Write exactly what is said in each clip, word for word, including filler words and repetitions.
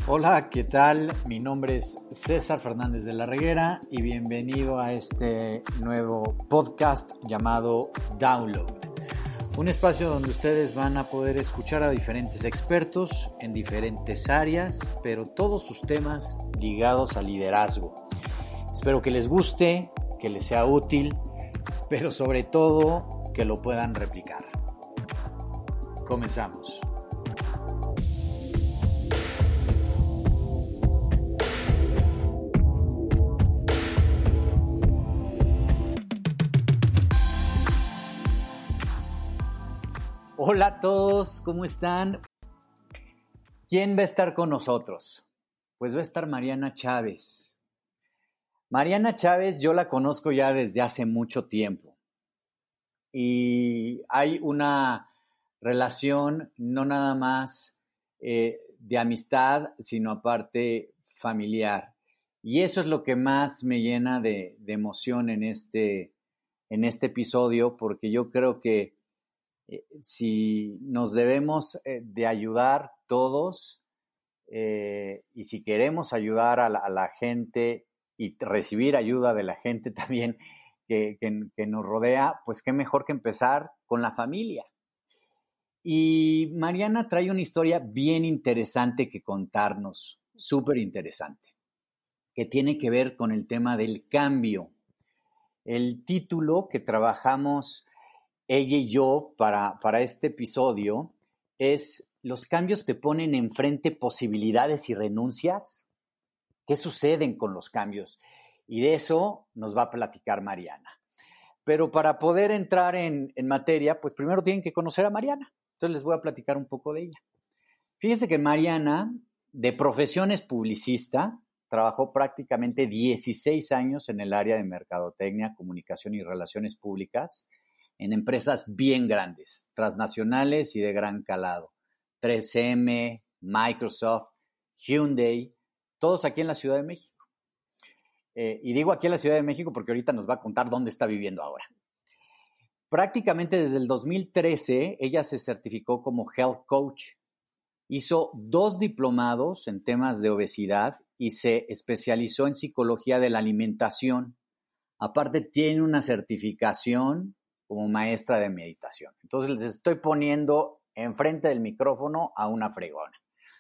Hola, ¿qué tal? Mi nombre es César Fernández de la Reguera y bienvenido a este nuevo podcast llamado Download. Un espacio donde ustedes van a poder escuchar a diferentes expertos en diferentes áreas, pero todos sus temas ligados al liderazgo. Espero que les guste, que les sea útil, pero sobre todo que lo puedan replicar. Comenzamos. Hola a todos, ¿cómo están? ¿Quién va a estar con nosotros? Pues va a estar Mariana Chávez. Mariana Chávez yo la conozco ya desde hace mucho tiempo y hay una relación no nada más eh, de amistad, sino aparte familiar. Y eso es lo que más me llena de, de emoción en este, en este episodio, porque yo creo que Eh, si nos debemos eh, de ayudar todos eh, y si queremos ayudar a la, a la gente y recibir ayuda de la gente también que, que, que nos rodea, pues qué mejor que empezar con la familia. Y Mariana trae una historia bien interesante que contarnos, súper interesante, que tiene que ver con el tema del cambio. El título que trabajamos ella y yo para, para este episodio es: ¿los cambios te ponen enfrente posibilidades y renuncias? ¿Qué suceden con los cambios? Y de eso nos va a platicar Mariana. Pero para poder entrar en, en materia, pues primero tienen que conocer a Mariana. Entonces les voy a platicar un poco de ella. Fíjense que Mariana, de profesión es publicista, trabajó prácticamente dieciséis años en el área de mercadotecnia, comunicación y relaciones públicas, en empresas bien grandes, transnacionales y de gran calado. tres eme, Microsoft, Hyundai, todos aquí en la Ciudad de México. Eh, y digo aquí en la Ciudad de México porque ahorita nos va a contar dónde está viviendo ahora. Prácticamente desde el dos mil trece, ella se certificó como Health Coach. Hizo dos diplomados en temas de obesidad y se especializó en psicología de la alimentación. Aparte, tiene una certificación como maestra de meditación. Entonces les estoy poniendo enfrente del micrófono a una fregona.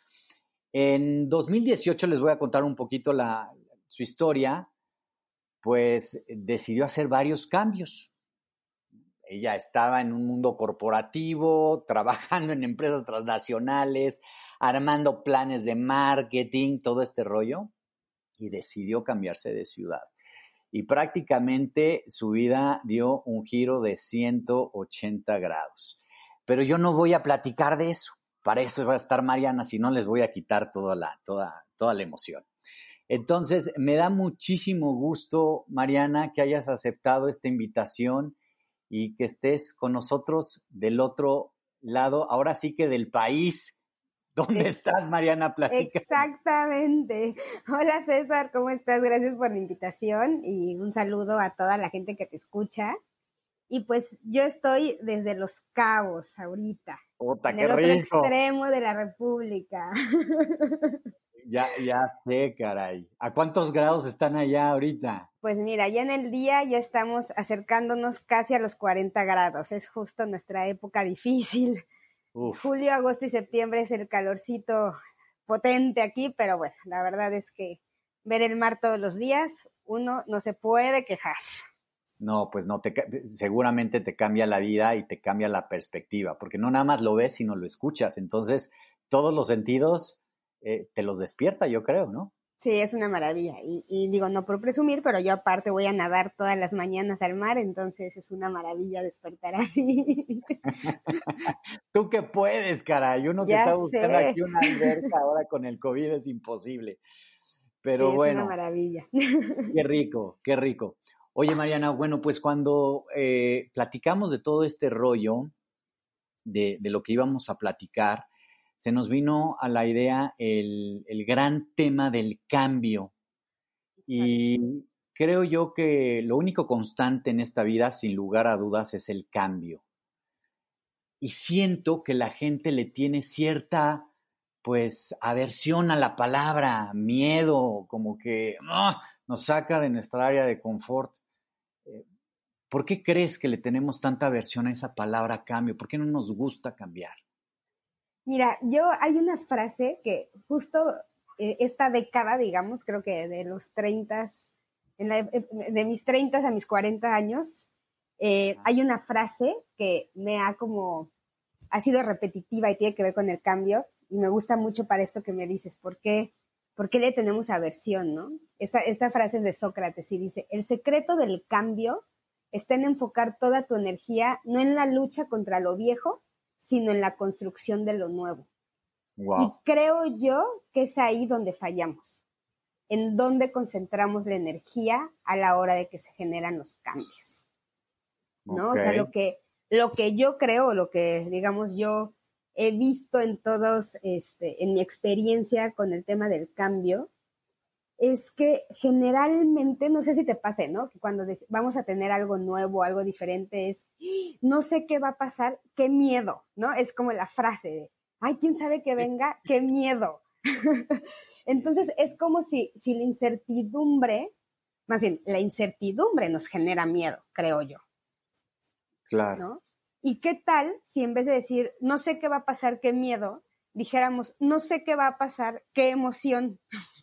En dos mil dieciocho les voy a contar un poquito la, su historia, pues decidió hacer varios cambios. Ella estaba en un mundo corporativo, trabajando en empresas transnacionales, armando planes de marketing, todo este rollo, y decidió cambiarse de ciudad. Y prácticamente su vida dio un giro de ciento ochenta grados. Pero yo no voy a platicar de eso. Para eso va a estar Mariana, si no les voy a quitar toda la, toda, toda la emoción. Entonces, me da muchísimo gusto, Mariana, que hayas aceptado esta invitación y que estés con nosotros del otro lado, ahora sí que del país. ¿Dónde estás, Mariana? Platica. Exactamente. Hola, César, ¿cómo estás? Gracias por la invitación y un saludo a toda la gente que te escucha. Y pues yo estoy desde Los Cabos ahorita, ¡Ota, en qué el otro rico! extremo de la República. Ya, ya sé, caray. ¿A cuántos grados están allá ahorita? Pues mira, ya en el día ya estamos acercándonos casi a los cuarenta grados. Es justo nuestra época difícil. Uf. Julio, agosto y septiembre es el calorcito potente aquí, pero bueno, la verdad es que ver el mar todos los días, uno no se puede quejar. No, pues no, te, seguramente te cambia la vida y te cambia la perspectiva, porque no nada más lo ves, sino lo escuchas. Entonces, todos los sentidos eh, te los despierta, yo creo, ¿no? Sí, es una maravilla. Y, y digo, no por presumir, pero yo aparte voy a nadar todas las mañanas al mar, entonces es una maravilla despertar así. Tú que puedes, caray. Uno que ya está buscando sé. aquí una alberca ahora con el COVID es imposible. Pero sí, bueno. Es una maravilla. Qué rico, qué rico. Oye, Mariana, bueno, pues cuando eh, platicamos de todo este rollo, de, de lo que íbamos a platicar, se nos vino a la idea el, el gran tema del cambio. Y creo yo que lo único constante en esta vida, sin lugar a dudas, es el cambio. Y siento que la gente le tiene cierta pues, aversión a la palabra, miedo, como que ¡oh!, nos saca de nuestra área de confort. ¿Por qué crees que le tenemos tanta aversión a esa palabra cambio? ¿Por qué no nos gusta cambiar? Mira, yo hay una frase que justo eh, esta década, digamos, creo que de los treinta, en la, de mis treinta a mis cuarenta años, eh, hay una frase que me ha como, ha sido repetitiva y tiene que ver con el cambio, y me gusta mucho para esto que me dices, ¿por qué, por qué le tenemos aversión, no? Esta, esta frase es de Sócrates y dice, el secreto del cambio está en enfocar toda tu energía no en la lucha contra lo viejo, sino en la construcción de lo nuevo. Wow. Y creo yo que es ahí donde fallamos, en donde concentramos la energía a la hora de que se generan los cambios, ¿no? Okay. O sea, lo que, lo que yo creo, lo que, digamos, yo he visto en todos, este, en mi experiencia con el tema del cambio, es que generalmente, no sé si te pase, ¿no? Que cuando vamos a tener algo nuevo, algo diferente, es, no sé qué va a pasar, qué miedo, ¿no? Es como la frase de, ay, ¿quién sabe que venga? ¡Qué miedo! Entonces, es como si, si la incertidumbre, más bien, la incertidumbre nos genera miedo, creo yo. Claro. ¿No? ¿Y qué tal si en vez de decir, no sé qué va a pasar, qué miedo, dijéramos, no sé qué va a pasar, qué emoción?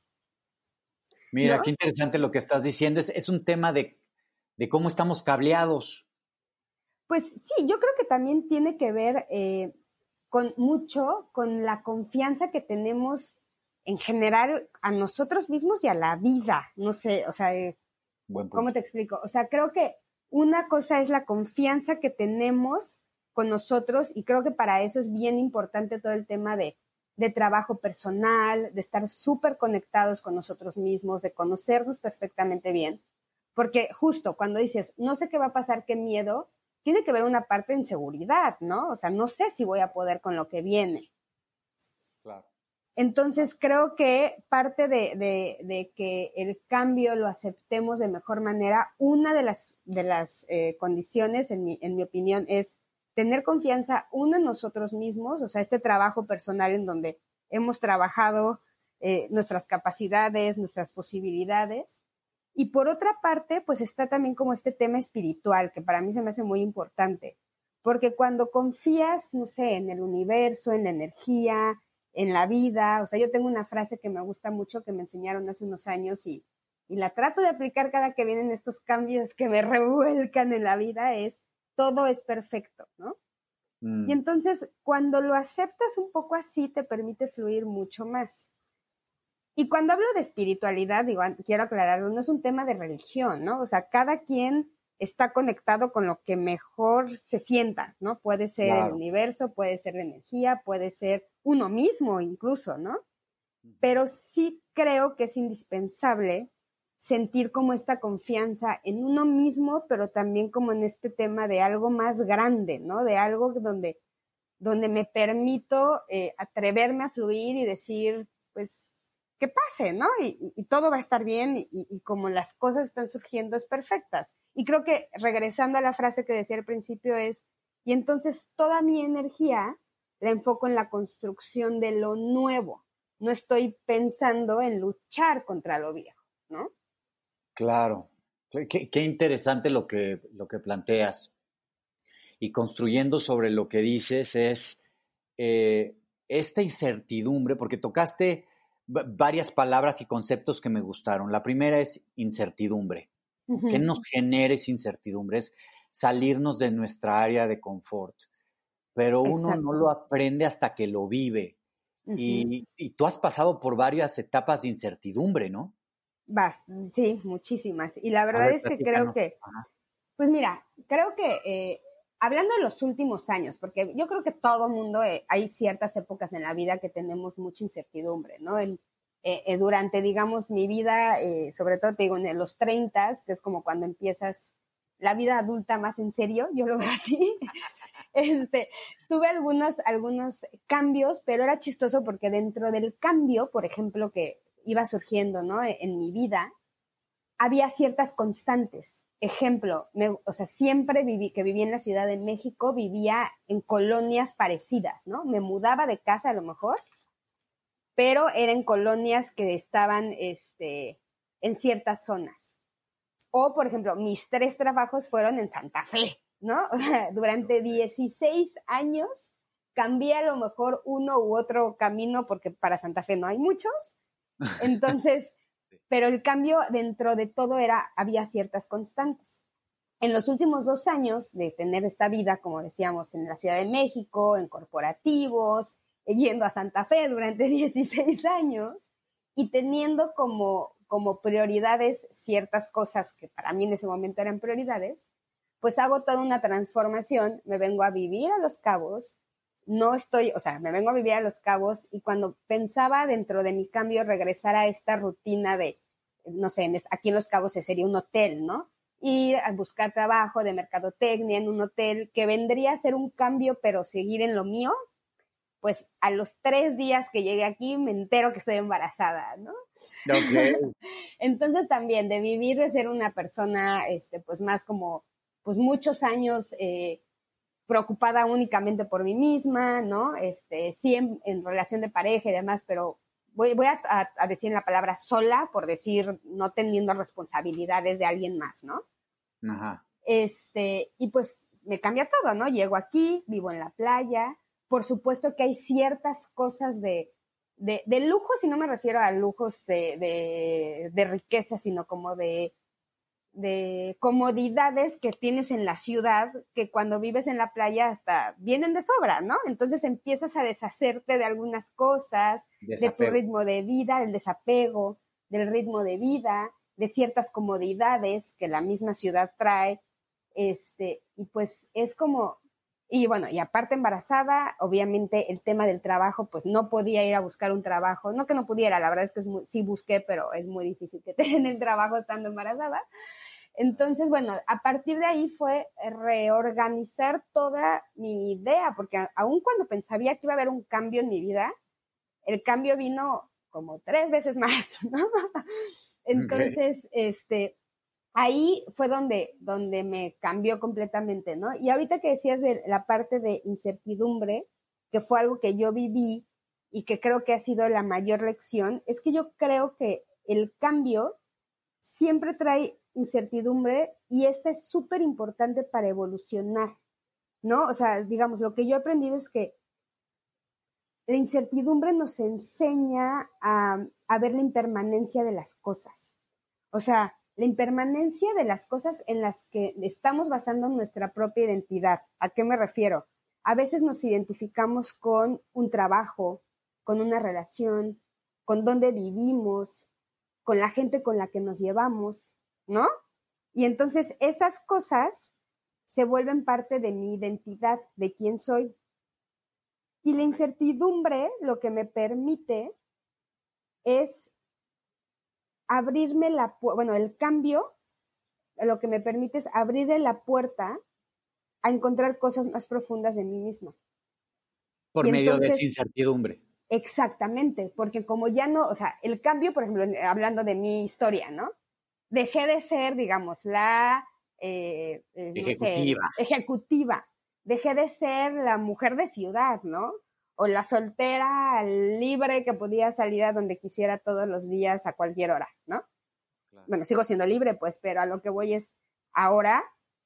Mira, ¿no? Qué interesante lo que estás diciendo. Es, es un tema de, de cómo estamos cableados. Pues sí, yo creo que también tiene que ver eh, con mucho con la confianza que tenemos en general a nosotros mismos y a la vida. No sé, o sea, eh, ¿cómo te explico? O sea, creo que una cosa es la confianza que tenemos con nosotros y creo que para eso es bien importante todo el tema de de trabajo personal, de estar súper conectados con nosotros mismos, de conocernos perfectamente bien, porque justo cuando dices, no sé qué va a pasar, qué miedo, tiene que ver una parte de inseguridad, ¿no? O sea, no sé si voy a poder con lo que viene. Claro. Entonces, creo que parte de, de, de que el cambio lo aceptemos de mejor manera, una de las, de las eh, condiciones, en mi, en mi opinión, es tener confianza, uno, en nosotros mismos, o sea, este trabajo personal en donde hemos trabajado eh, nuestras capacidades, nuestras posibilidades. Y por otra parte, pues está también como este tema espiritual, que para mí se me hace muy importante. Porque cuando confías, no sé, en el universo, en la energía, en la vida, o sea, yo tengo una frase que me gusta mucho que me enseñaron hace unos años y, y la trato de aplicar cada que vienen estos cambios que me revuelcan en la vida, es todo es perfecto, ¿no? Mm. Y entonces, cuando lo aceptas un poco así, te permite fluir mucho más. Y cuando hablo de espiritualidad, digo, quiero aclararlo, no es un tema de religión, ¿no? O sea, cada quien está conectado con lo que mejor se sienta, ¿no? Puede ser claro. El universo, puede ser la energía, puede ser uno mismo incluso, ¿no? Pero sí creo que es indispensable sentir como esta confianza en uno mismo, pero también como en este tema de algo más grande, ¿no? De algo donde, donde me permito eh, atreverme a fluir y decir, pues, que pase, ¿no? Y, y todo va a estar bien y, y como las cosas están surgiendo es perfectas. Y creo que regresando a la frase que decía al principio es, y entonces toda mi energía la enfoco en la construcción de lo nuevo. No estoy pensando en luchar contra lo viejo, ¿no? Claro, qué, qué interesante lo que, lo que planteas. Y construyendo sobre lo que dices es eh, esta incertidumbre, porque tocaste v- varias palabras y conceptos que me gustaron. La primera es incertidumbre. Uh-huh. ¿Qué nos genera esa incertidumbre? Es salirnos de nuestra área de confort. Pero uno Exacto. No lo aprende hasta que lo vive. Uh-huh. Y, y tú has pasado por varias etapas de incertidumbre, ¿no? Bast- sí, muchísimas. Y la verdad ver, es que creo que, Ajá. pues mira, creo que eh, hablando de los últimos años, porque yo creo que todo mundo, eh, hay ciertas épocas en la vida que tenemos mucha incertidumbre, ¿no? En, eh, eh, durante, digamos, mi vida, eh, sobre todo te digo, en los treintas, que es como cuando empiezas la vida adulta más en serio, yo lo veo así, este, tuve algunos, algunos cambios, pero era chistoso porque dentro del cambio, por ejemplo, que iba surgiendo, ¿no? En mi vida, había ciertas constantes. Ejemplo, me, o sea, siempre viví, que viví en la Ciudad de México, vivía en colonias parecidas, ¿no? Me mudaba de casa a lo mejor pero eran colonias que estaban este, en ciertas zonas. O, por ejemplo, mis tres trabajos fueron en Santa Fe, ¿no? O sea, durante dieciséis años cambié a lo mejor uno u otro camino, porque para Santa Fe no hay muchos. Entonces, pero el cambio dentro de todo era, había ciertas constantes. En los últimos dos años de tener esta vida, como decíamos, en la Ciudad de México, en corporativos, yendo a Santa Fe durante dieciséis años y teniendo como, como prioridades ciertas cosas que para mí en ese momento eran prioridades, pues hago toda una transformación, me vengo a vivir a Los Cabos, no estoy, o sea, me vengo a vivir a Los Cabos y cuando pensaba dentro de mi cambio regresar a esta rutina de, no sé, aquí en Los Cabos sería un hotel, ¿no? Ir a buscar trabajo de mercadotecnia en un hotel que vendría a ser un cambio, pero seguir en lo mío, pues a los tres días que llegué aquí me entero que estoy embarazada, ¿no? Okay. Entonces también de vivir, de ser una persona, este, pues más como, pues muchos años eh, preocupada únicamente por mí misma, ¿no? Este, sí en, en relación de pareja y demás, pero voy, voy a, a, a decir la palabra sola por decir no teniendo responsabilidades de alguien más, ¿no? Ajá. Este, y pues me cambia todo, ¿no? Llego aquí, vivo en la playa. Por supuesto que hay ciertas cosas de, de, de lujos, y no me refiero a lujos de, de, de riqueza, sino como de, de comodidades que tienes en la ciudad, que cuando vives en la playa hasta vienen de sobra, ¿no? Entonces empiezas a deshacerte de algunas cosas, desapego. De tu ritmo de vida, el desapego, del ritmo de vida, de ciertas comodidades que la misma ciudad trae, este, y pues es como, y bueno, y aparte embarazada, obviamente el tema del trabajo, pues no podía ir a buscar un trabajo, no que no pudiera, la verdad es que es muy, sí busqué, pero es muy difícil que te den el trabajo estando embarazada. Entonces, bueno, a partir de ahí fue reorganizar toda mi idea, porque aun cuando pensaría que iba a haber un cambio en mi vida, el cambio vino como tres veces más, ¿no? Entonces, okay. este, ahí fue donde, donde me cambió completamente, ¿no? Y ahorita que decías de la parte de incertidumbre, que fue algo que yo viví y que creo que ha sido la mayor lección, es que yo creo que el cambio siempre trae incertidumbre y este es súper importante para evolucionar, ¿no? O sea, digamos, lo que yo he aprendido es que la incertidumbre nos enseña a, a ver la impermanencia de las cosas. O sea, la impermanencia de las cosas en las que estamos basando nuestra propia identidad. ¿A qué me refiero? A veces nos identificamos con un trabajo, con una relación, con dónde vivimos, con la gente con la que nos llevamos, ¿no? Y entonces esas cosas se vuelven parte de mi identidad, de quién soy. Y la incertidumbre lo que me permite es abrirme la puerta, bueno, el cambio lo que me permite es abrirle la puerta a encontrar cosas más profundas de mí misma. Por y medio entonces, de esa incertidumbre. Exactamente, porque como ya no, o sea, el cambio, por ejemplo, hablando de mi historia, ¿no? Dejé de ser, digamos, la eh, eh, ejecutiva. No sé, ejecutiva. Dejé de ser la mujer de ciudad, ¿no? O la soltera libre que podía salir a donde quisiera todos los días a cualquier hora, ¿no? Claro. Bueno, sigo siendo libre, pues, pero a lo que voy es, ahora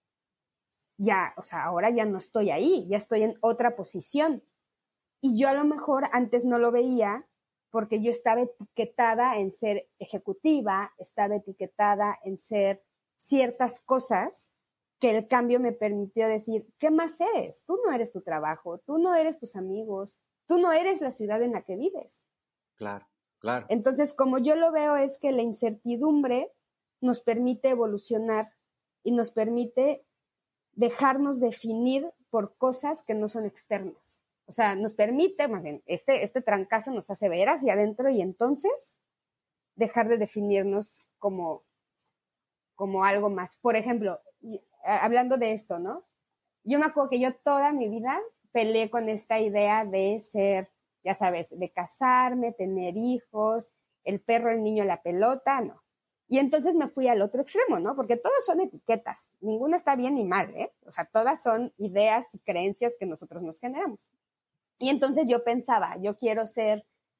ya, o sea, ahora ya no estoy ahí, ya estoy en otra posición. Y yo a lo mejor antes no lo veía porque yo estaba etiquetada en ser ejecutiva, estaba etiquetada en ser ciertas cosas que el cambio me permitió decir, ¿qué más eres? Tú no eres tu trabajo, tú no eres tus amigos, tú no eres la ciudad en la que vives. Claro, claro. Entonces, como yo lo veo es que la incertidumbre nos permite evolucionar y nos permite dejarnos definir por cosas que no son externas. O sea, nos permite, más bien, este, este trancazo nos hace ver hacia adentro y entonces dejar de definirnos como, como algo más. Por ejemplo, hablando de esto, ¿no? Yo me acuerdo que yo toda mi vida peleé con esta idea de ser, ya sabes, de casarme, tener hijos, el perro, el niño, la pelota, no. Y entonces me fui al otro extremo, ¿no? Porque todas son etiquetas, ninguna está bien ni mal, ¿eh? O sea, todas son ideas y creencias que nosotros nos generamos. Y entonces yo pensaba, yo quiero ser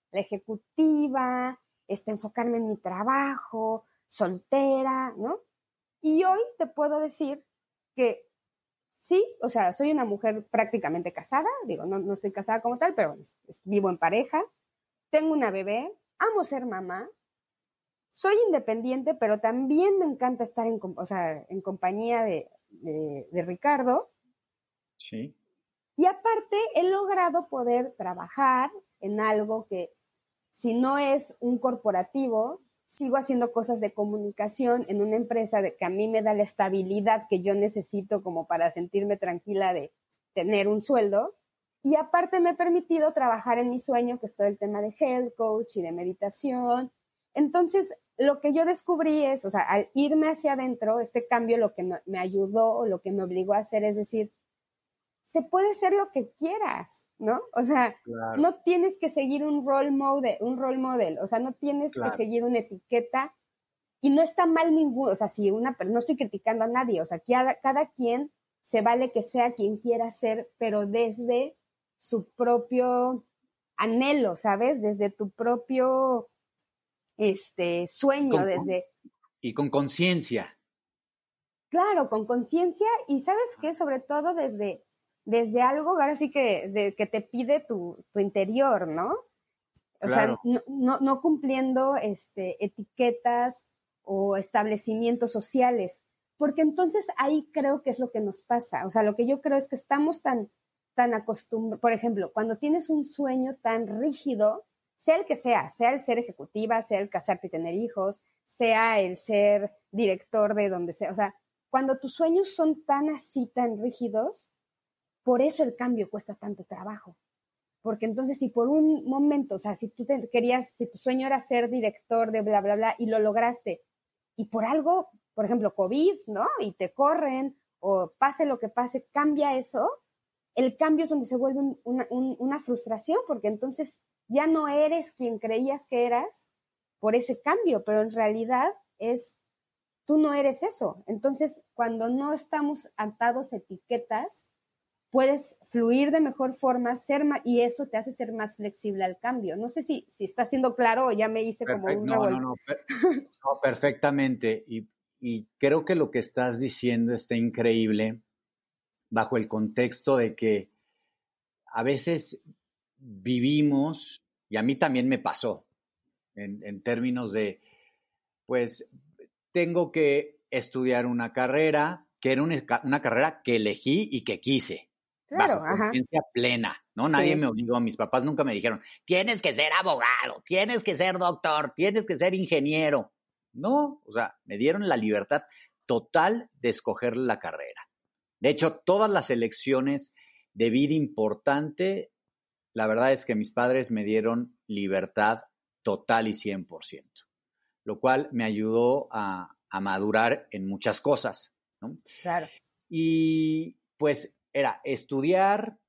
la ejecutiva, este, enfocarme en mi trabajo, soltera, ¿no? Y hoy te puedo decir que sí, o sea, soy una mujer prácticamente casada, digo, no, no estoy casada como tal, pero vivo en pareja, tengo una bebé, amo ser mamá, soy independiente, pero también me encanta estar en, o sea, en compañía de, de, de Ricardo. Sí. Y aparte he logrado poder trabajar en algo que, si no es un corporativo, sigo haciendo cosas de comunicación en una empresa de que a mí me da la estabilidad que yo necesito como para sentirme tranquila de tener un sueldo. Y aparte me he permitido trabajar en mi sueño, que es todo el tema de health coach y de meditación. Entonces, lo que yo descubrí es, o sea, al irme hacia adentro, este cambio lo que me, me ayudó, lo que me obligó a hacer es decir, se puede ser lo que quieras, ¿no? O sea, claro. No tienes que seguir un role model, un role model, o sea, no tienes claro. que seguir una etiqueta y no está mal ninguno, o sea, si una, pero no estoy criticando a nadie, o sea, cada, cada quien se vale que sea quien quiera ser, pero desde su propio anhelo, ¿sabes? Desde tu propio este, sueño, con, desde... Y con conciencia. Claro, con conciencia y ¿sabes qué? Sobre todo desde... desde algo, ahora sí que, de, que te pide tu, tu interior, ¿no? O claro. sea, no, no, no cumpliendo este, etiquetas o establecimientos sociales, porque entonces ahí creo que es lo que nos pasa. O sea, lo que yo creo es que estamos tan, tan acostumbrados, por ejemplo, cuando tienes un sueño tan rígido, sea el que sea, sea el ser ejecutiva, sea el casarte y tener hijos, sea el ser director de donde sea, o sea, cuando tus sueños son tan así, tan rígidos, por eso el cambio cuesta tanto trabajo. Porque entonces si por un momento, o sea, si tú te querías, si tu sueño era ser director de bla, bla, bla, y lo lograste, y por algo, por ejemplo, COVID, ¿no? Y te corren, o pase lo que pase, cambia eso, el cambio es donde se vuelve un, una, un, una frustración, porque entonces ya no eres quien creías que eras por ese cambio, pero en realidad es, tú no eres eso. Entonces, cuando no estamos atados a etiquetas, puedes fluir de mejor forma, ser más, y eso te hace ser más flexible al cambio. No sé si, si está siendo claro o ya me hice Perfecto. como un no, revuelto. No, no, per no, perfectamente. Y, y creo que lo que estás diciendo está increíble bajo el contexto de que a veces vivimos, y a mí también me pasó, en, en términos de, pues, tengo que estudiar una carrera, que era una, una carrera que elegí y que quise. Claro, bajo conciencia plena, ¿no? Nadie sí. me obligó, mis papás nunca me dijeron, tienes que ser abogado, tienes que ser doctor, tienes que ser ingeniero. No, o sea, me dieron la libertad total de escoger la carrera. De hecho, todas las elecciones de vida importante, la verdad es que mis padres me dieron libertad total y cien por ciento, lo cual me ayudó a, a madurar en muchas cosas, ¿no? Claro. Y pues era estudiar,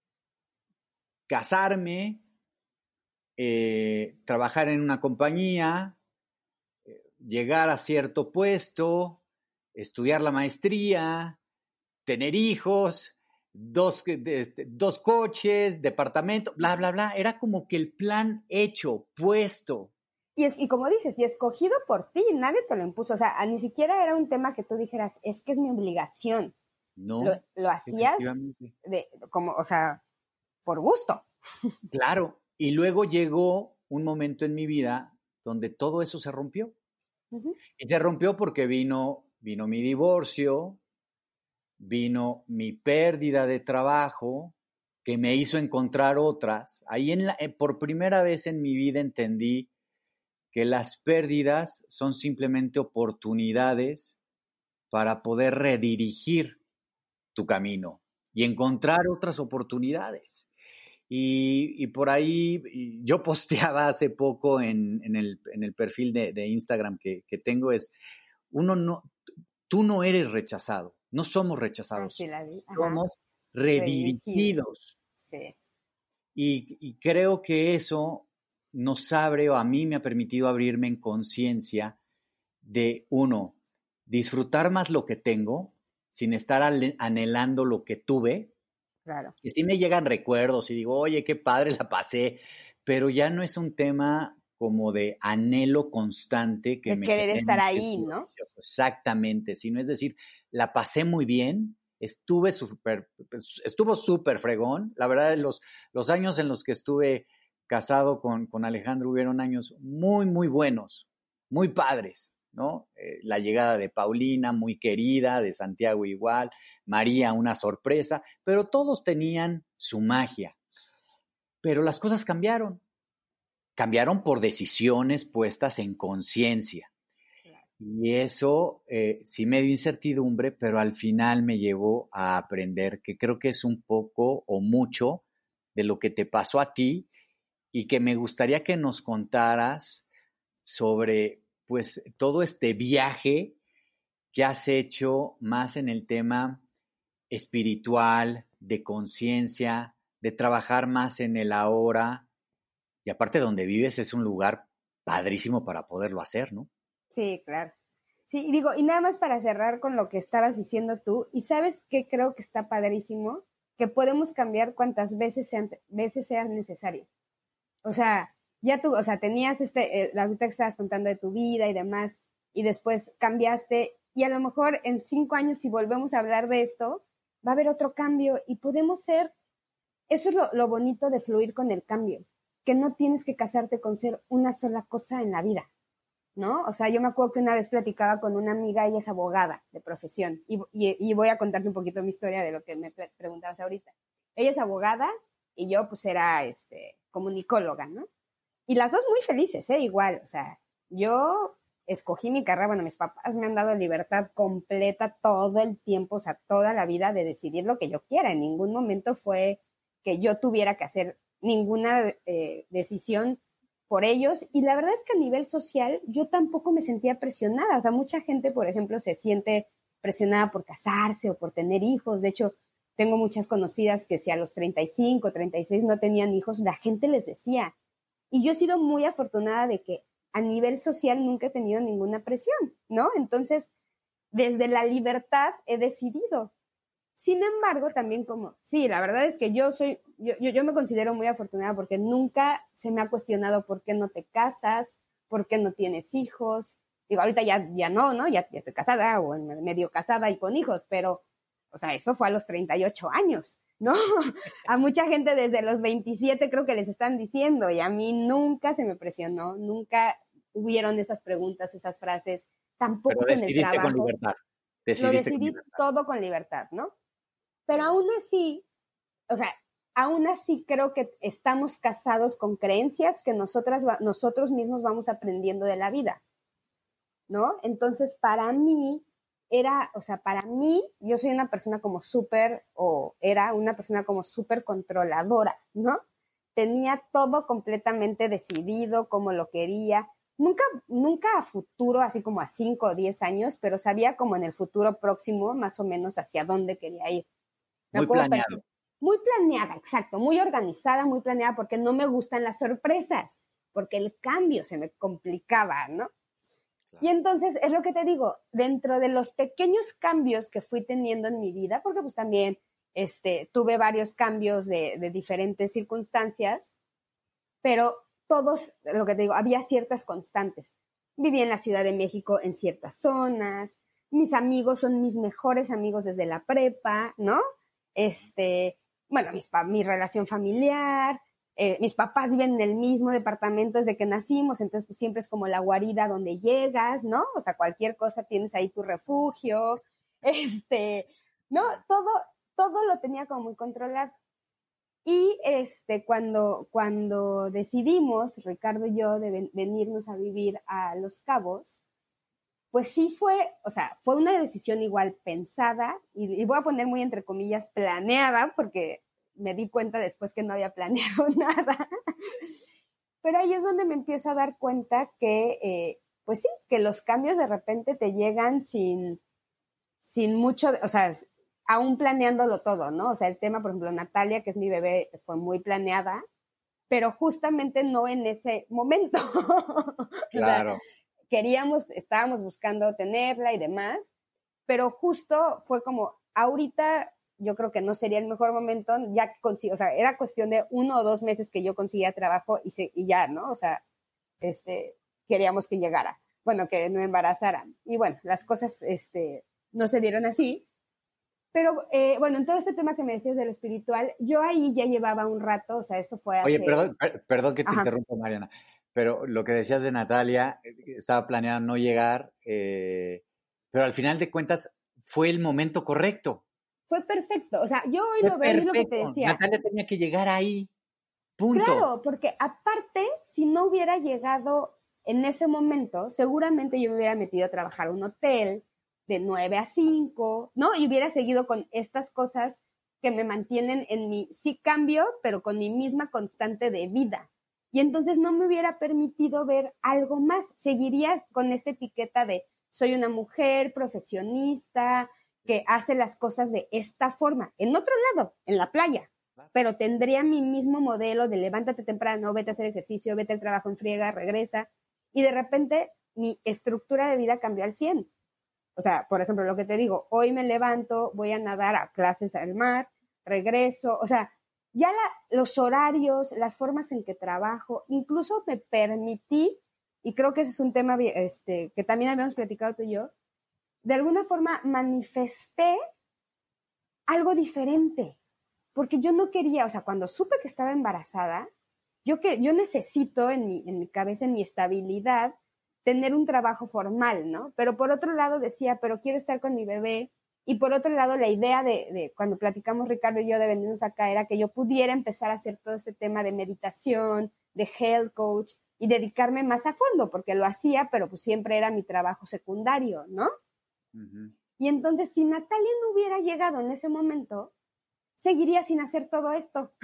casarme, eh, trabajar en una compañía, eh, llegar a cierto puesto, estudiar la maestría, tener hijos, dos, de, dos coches, departamento, bla, bla, bla. Era como que el plan hecho, puesto. Y, es, y como dices, y escogido por ti, nadie te lo impuso. O sea, ni siquiera era un tema que tú dijeras, es que es mi obligación. No. Lo, lo hacías de, como, o sea, por gusto. Claro. Y luego llegó un momento en mi vida donde todo eso se rompió. Uh-huh. Y se rompió porque vino, vino mi divorcio, vino mi pérdida de trabajo, que me hizo encontrar otras. Ahí en la, por primera vez en mi vida entendí que las pérdidas son simplemente oportunidades para poder redirigir tu camino y encontrar otras oportunidades. Y, y por ahí y yo posteaba hace poco en, en, el, en el perfil de, de Instagram que, que tengo es, uno no, tú no eres rechazado, no somos rechazados, ah, sí, la vi. somos redirigidos. Sí. Y, y creo que eso nos abre, o a mí me ha permitido abrirme en conciencia de, uno, disfrutar más lo que tengo, sin estar anhelando lo que tuve. Claro. Y sí me llegan recuerdos y digo, oye, qué padre la pasé pero ya no es un tema como de anhelo constante que de me querer estar genere ahí, ¿no? Exactamente, sino es decir, la pasé muy bien, estuve súper, estuvo súper fregón, la verdad, los, los años en los que estuve casado con, con Alejandro hubieron años muy, muy buenos, muy padres, ¿no? Eh, la llegada de Paulina, muy querida, de Santiago igual, María, una sorpresa, pero todos tenían su magia. Pero las cosas cambiaron, cambiaron por decisiones puestas en conciencia. Y eso eh, sí me dio incertidumbre, pero al final me llevó a aprender que creo que es un poco o mucho de lo que te pasó a ti y que me gustaría que nos contaras sobre pues todo este viaje que has hecho más en el tema espiritual, de conciencia, de trabajar más en el ahora. Y aparte donde vives es un lugar padrísimo para poderlo hacer, ¿no? Sí, claro. Sí, y digo, y nada más para cerrar con lo que estabas diciendo tú, y sabes qué creo que está padrísimo, que podemos cambiar cuantas veces sean, veces sea necesario. O sea, ya tú, o sea, tenías este, eh, la ahorita que estabas contando de tu vida y demás, y después cambiaste, y a lo mejor en cinco años si volvemos a hablar de esto, va a haber otro cambio, y podemos ser, eso es lo, lo bonito de fluir con el cambio, que no tienes que casarte con ser una sola cosa en la vida, ¿no? O sea, yo me acuerdo que una vez platicaba con una amiga, ella es abogada de profesión, y, y, y voy a contarte un poquito mi historia de lo que me preguntabas ahorita. Ella es abogada, y yo pues era este, comunicóloga, ¿no? Y las dos muy felices, ¿eh? Igual, o sea, yo escogí mi carrera, bueno, mis papás me han dado libertad completa todo el tiempo, o sea, toda la vida de decidir lo que yo quiera. En ningún momento fue que yo tuviera que hacer ninguna eh, decisión por ellos. Y la verdad es que a nivel social yo tampoco me sentía presionada. O sea, mucha gente, por ejemplo, se siente presionada por casarse o por tener hijos. De hecho, tengo muchas conocidas que si a los treinta y cinco, treinta y seis no tenían hijos, la gente les decía. Y yo he sido muy afortunada de que a nivel social nunca he tenido ninguna presión, ¿no? Entonces, desde la libertad he decidido. Sin embargo, también como, sí, la verdad es que yo soy, yo, yo, yo me considero muy afortunada porque nunca se me ha cuestionado por qué no te casas, por qué no tienes hijos. Digo, ahorita ya, ya no, ¿no? Ya, ya estoy casada o medio casada y con hijos, pero, o sea, eso fue a los treinta y ocho años, ¿no? A mucha gente desde los veintisiete creo que les están diciendo y a mí nunca se me presionó, nunca hubieron esas preguntas, esas frases, tampoco Pero en el trabajo. decidiste con libertad. Decidiste lo decidí con libertad. todo con libertad, ¿no? Pero aún así, o sea, aún así creo que estamos casados con creencias que nosotras, nosotros mismos vamos aprendiendo de la vida, ¿no? Entonces, para mí, era, o sea, para mí, yo soy una persona como súper, o era una persona como súper controladora, ¿no? Tenía todo completamente decidido, como lo quería. Nunca, nunca a futuro, así como a cinco o diez años, pero sabía como en el futuro próximo, más o menos hacia dónde quería ir. Me Muy planeado. Pensar, muy planeada, exacto, muy organizada, muy planeada, porque no me gustan las sorpresas, porque el cambio se me complicaba, ¿no? Y entonces, es lo que te digo, dentro de los pequeños cambios que fui teniendo en mi vida, porque pues también este, tuve varios cambios de, de diferentes circunstancias, pero todos, lo que te digo, había ciertas constantes. Viví en la Ciudad de México en ciertas zonas, mis amigos son mis mejores amigos desde la prepa, ¿no? Este, bueno, mis, mi relación familiar, Eh, mis papás viven en el mismo departamento desde que nacimos, entonces pues siempre es como la guarida donde llegas, ¿no? O sea, cualquier cosa tienes ahí tu refugio, este, ¿no? Todo, todo lo tenía como muy controlado. Y este, cuando, cuando decidimos, Ricardo y yo, de ven, venirnos a vivir a Los Cabos, pues sí fue, o sea, fue una decisión igual pensada, y, y voy a poner muy entre comillas planeada, porque me di cuenta después que no había planeado nada. Pero ahí es donde me empiezo a dar cuenta que, eh, pues sí, que los cambios de repente te llegan sin, sin mucho, o sea, aún planeándolo todo, ¿no? O sea, el tema, por ejemplo, Natalia, que es mi bebé, fue muy planeada, pero justamente no en ese momento. Claro. O sea, queríamos, estábamos buscando tenerla y demás, pero justo fue como, ahorita yo creo que no sería el mejor momento, ya consigo, o sea, era cuestión de uno o dos meses que yo conseguía trabajo y, se, y ya, ¿no? O sea, este, queríamos que llegara, bueno, que no embarazara. Y bueno, las cosas, este, no se dieron así. Pero, eh, bueno, en todo este tema que me decías de lo espiritual, yo ahí ya llevaba un rato, o sea, esto fue hace... Oye, perdón, per, perdón que te Ajá. interrumpa, Mariana, pero lo que decías de Natalia, estaba planeado no llegar, eh, pero al final de cuentas fue el momento correcto. Fue perfecto, o sea, yo hoy fue lo veo, es lo que te decía. Natalia tenía que llegar ahí, punto. Claro, porque aparte, si no hubiera llegado en ese momento, seguramente yo me hubiera metido a trabajar en un hotel, de nueve a cinco, ¿no? Y hubiera seguido con estas cosas que me mantienen en mi, sí cambio, pero con mi misma constante de vida. Y entonces no me hubiera permitido ver algo más. Seguiría con esta etiqueta de soy una mujer profesionista que hace las cosas de esta forma. En otro lado, en la playa. Pero tendría mi mismo modelo de levántate temprano, vete a hacer ejercicio, vete al trabajo en friega, regresa. Y de repente mi estructura de vida cambió al cien. O sea, por ejemplo, lo que te digo, hoy me levanto, voy a nadar a clases al mar, regreso, o sea, ya la, los horarios, las formas en que trabajo, incluso me permití, y creo que ese es un tema este, que también habíamos platicado tú y yo, de alguna forma manifesté algo diferente, porque yo no quería, o sea, cuando supe que estaba embarazada, yo, que, yo necesito en mi, en mi cabeza, en mi estabilidad, tener un trabajo formal, ¿no? Pero por otro lado decía, pero quiero estar con mi bebé. Y por otro lado, la idea de, de cuando platicamos Ricardo y yo de venirnos acá era que yo pudiera empezar a hacer todo este tema de meditación, de health coach y dedicarme más a fondo, porque lo hacía, pero pues siempre era mi trabajo secundario, ¿no? Uh-huh. Y entonces, si Natalia no hubiera llegado en ese momento, seguiría sin hacer todo esto,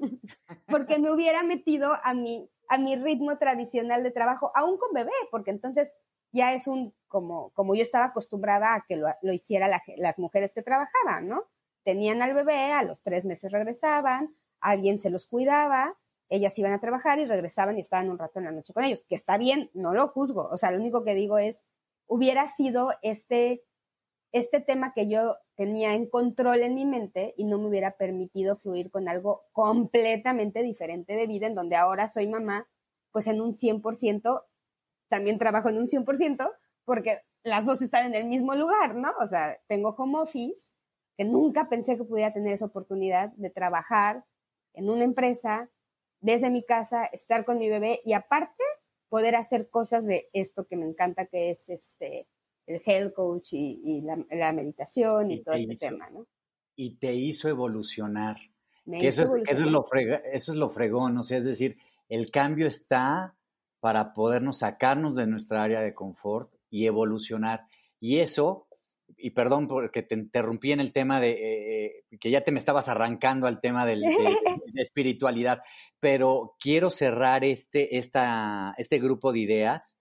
porque me hubiera metido a mi a mi ritmo tradicional de trabajo, aún con bebé, porque entonces ya es un, como, como yo estaba acostumbrada a que lo, lo hiciera la, las mujeres que trabajaban, ¿no? Tenían al bebé, a los tres meses regresaban, alguien se los cuidaba, ellas iban a trabajar y regresaban y estaban un rato en la noche con ellos, que está bien, no lo juzgo, o sea, lo único que digo es, hubiera sido este, este tema que yo tenía en control en mi mente y no me hubiera permitido fluir con algo completamente diferente de vida, en donde ahora soy mamá, pues en un cien por ciento, también trabajo en un cien por ciento, porque las dos están en el mismo lugar, ¿no? O sea, tengo home office, que nunca pensé que pudiera tener esa oportunidad de trabajar en una empresa, desde mi casa, estar con mi bebé y aparte poder hacer cosas de esto que me encanta, que es este... el health coach y, y la, la meditación y, y todo este hizo, tema, ¿no? Y te hizo evolucionar. Me que hizo eso, evolucionar. Es, eso, es lo frega, eso es lo fregón, o sea, es decir, el cambio está para podernos sacarnos de nuestra área de confort y evolucionar. Y eso, y perdón porque te interrumpí en el tema de, eh, que ya te me estabas arrancando al tema del, de, de espiritualidad, pero quiero cerrar este, esta, este grupo de ideas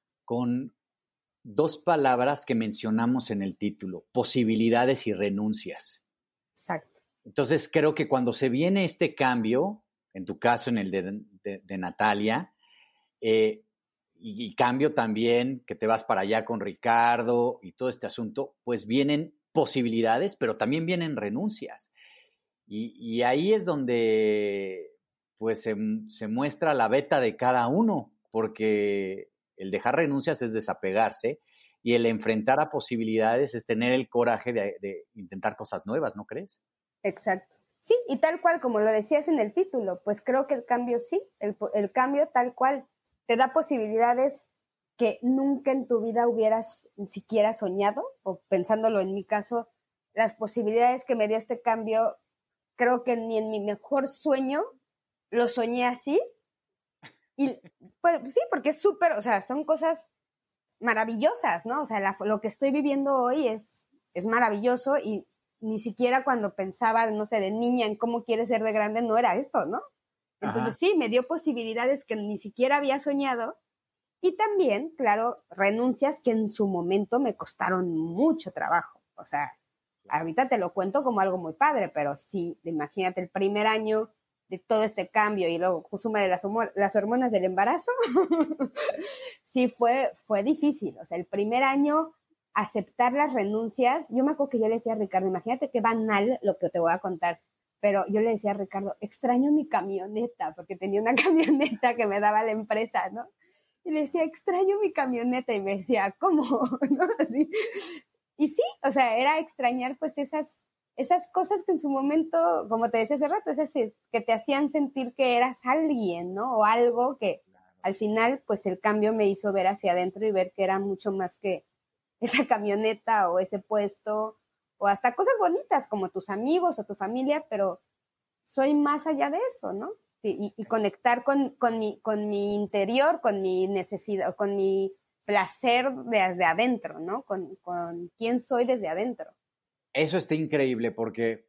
con dos palabras que mencionamos en el título, posibilidades y renuncias. Exacto. Entonces, creo que cuando se viene este cambio, en tu caso, en el de, de, de Natalia, eh, y, y cambio también, que te vas para allá con Ricardo y todo este asunto, pues vienen posibilidades, pero también vienen renuncias. Y, y ahí es donde pues se, se muestra la beta de cada uno, porque el dejar renuncias es desapegarse y el enfrentar a posibilidades es tener el coraje de, de intentar cosas nuevas, ¿no crees? Exacto. Sí, y tal cual, como lo decías en el título, pues creo que el cambio sí, el, el cambio tal cual te da posibilidades que nunca en tu vida hubieras siquiera soñado, o pensándolo en mi caso, las posibilidades que me dio este cambio, creo que ni en mi mejor sueño lo soñé así. Y pues sí, porque es súper, o sea, son cosas maravillosas, ¿no? O sea, la, lo que estoy viviendo hoy es, es maravilloso y ni siquiera cuando pensaba, no sé, de niña en cómo quiere ser de grande, no era esto, ¿no? Entonces, ajá, sí, me dio posibilidades que ni siquiera había soñado y también, claro, renuncias que en su momento me costaron mucho trabajo. O sea, ahorita te lo cuento como algo muy padre, pero sí, imagínate el primer año de todo este cambio y luego súmale las, las hormonas del embarazo, sí fue, fue difícil. O sea, el primer año aceptar las renuncias. Yo me acuerdo que yo le decía a Ricardo, imagínate qué banal lo que te voy a contar, pero yo le decía a Ricardo, extraño mi camioneta, porque tenía una camioneta que me daba la empresa, ¿no? Y le decía, extraño mi camioneta, y me decía, ¿cómo? ¿No? Así. Y sí, o sea, era extrañar pues esas, esas cosas que en su momento, como te decía hace rato, es decir, que te hacían sentir que eras alguien, ¿no? O algo que al final, pues el cambio me hizo ver hacia adentro y ver que era mucho más que esa camioneta o ese puesto, o hasta cosas bonitas como tus amigos o tu familia, pero soy más allá de eso, ¿no? Y, y conectar con, con, mi, con mi interior, con mi necesidad, con mi placer desde adentro, ¿no? Con, con quién soy desde adentro. Eso está increíble porque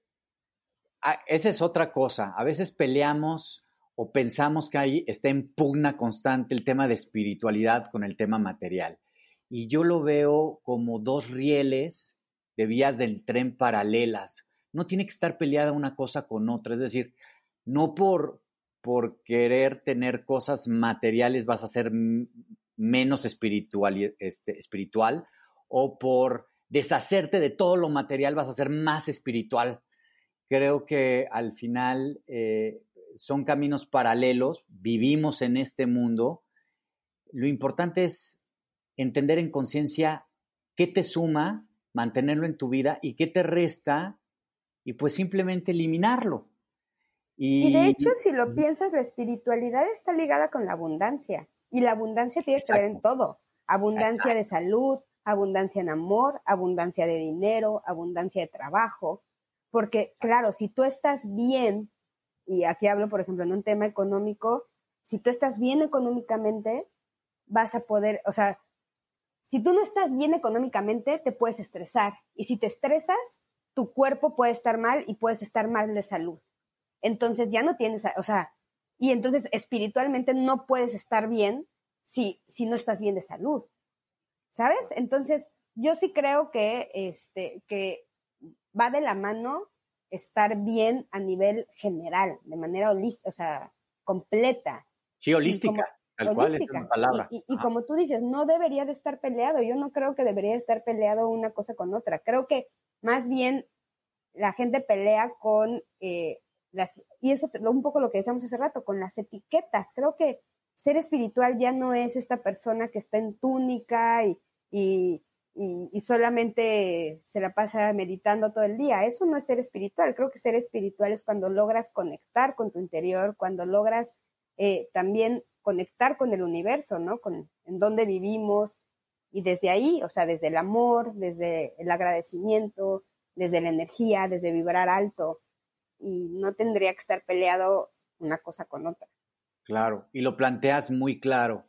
ah, esa es otra cosa. A veces peleamos o pensamos que ahí está en pugna constante el tema de espiritualidad con el tema material. Y yo lo veo como dos rieles de vías del tren paralelas. No tiene que estar peleada una cosa con otra. Es decir, no por, por querer tener cosas materiales vas a ser menos espiritual, este, espiritual, o por deshacerte de todo lo material vas a ser más espiritual. Creo que al final eh, son caminos paralelos, vivimos en este mundo. Lo importante es entender en conciencia qué te suma, mantenerlo en tu vida, y qué te resta, y pues simplemente eliminarlo. Y, y de hecho, si lo piensas, la espiritualidad está ligada con la abundancia. Y la abundancia tiene que ver en todo. Abundancia Exacto. de salud, abundancia en amor, abundancia de dinero, abundancia de trabajo. Porque, claro, si tú estás bien, y aquí hablo, por ejemplo, en un tema económico, si tú estás bien económicamente, vas a poder, o sea, si tú no estás bien económicamente, te puedes estresar. Y si te estresas, tu cuerpo puede estar mal y puedes estar mal de salud. Entonces ya no tienes, o sea, y entonces espiritualmente no puedes estar bien si, si no estás bien de salud, ¿sabes? Entonces yo sí creo que, este, que va de la mano estar bien a nivel general, de manera holística, o sea, completa. Sí, holística, tal cual es una palabra. Y, y, y como tú dices, no debería de estar peleado. Yo no creo que debería de estar peleado una cosa con otra. Creo que más bien la gente pelea con... Eh, Las, y eso un poco lo que decíamos hace rato, con las etiquetas. Creo que ser espiritual ya no es esta persona que está en túnica y, y, y, y solamente se la pasa meditando todo el día. Eso no es ser espiritual. Creo que ser espiritual es cuando logras conectar con tu interior, cuando logras eh, también conectar con el universo, ¿no? Con en dónde vivimos, y desde ahí, o sea, desde el amor, desde el agradecimiento, desde la energía, desde vibrar alto. Y no tendría que estar peleado una cosa con otra. Claro, y lo planteas muy claro.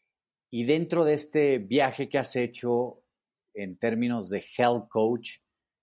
Y dentro de este viaje que has hecho en términos de health coach,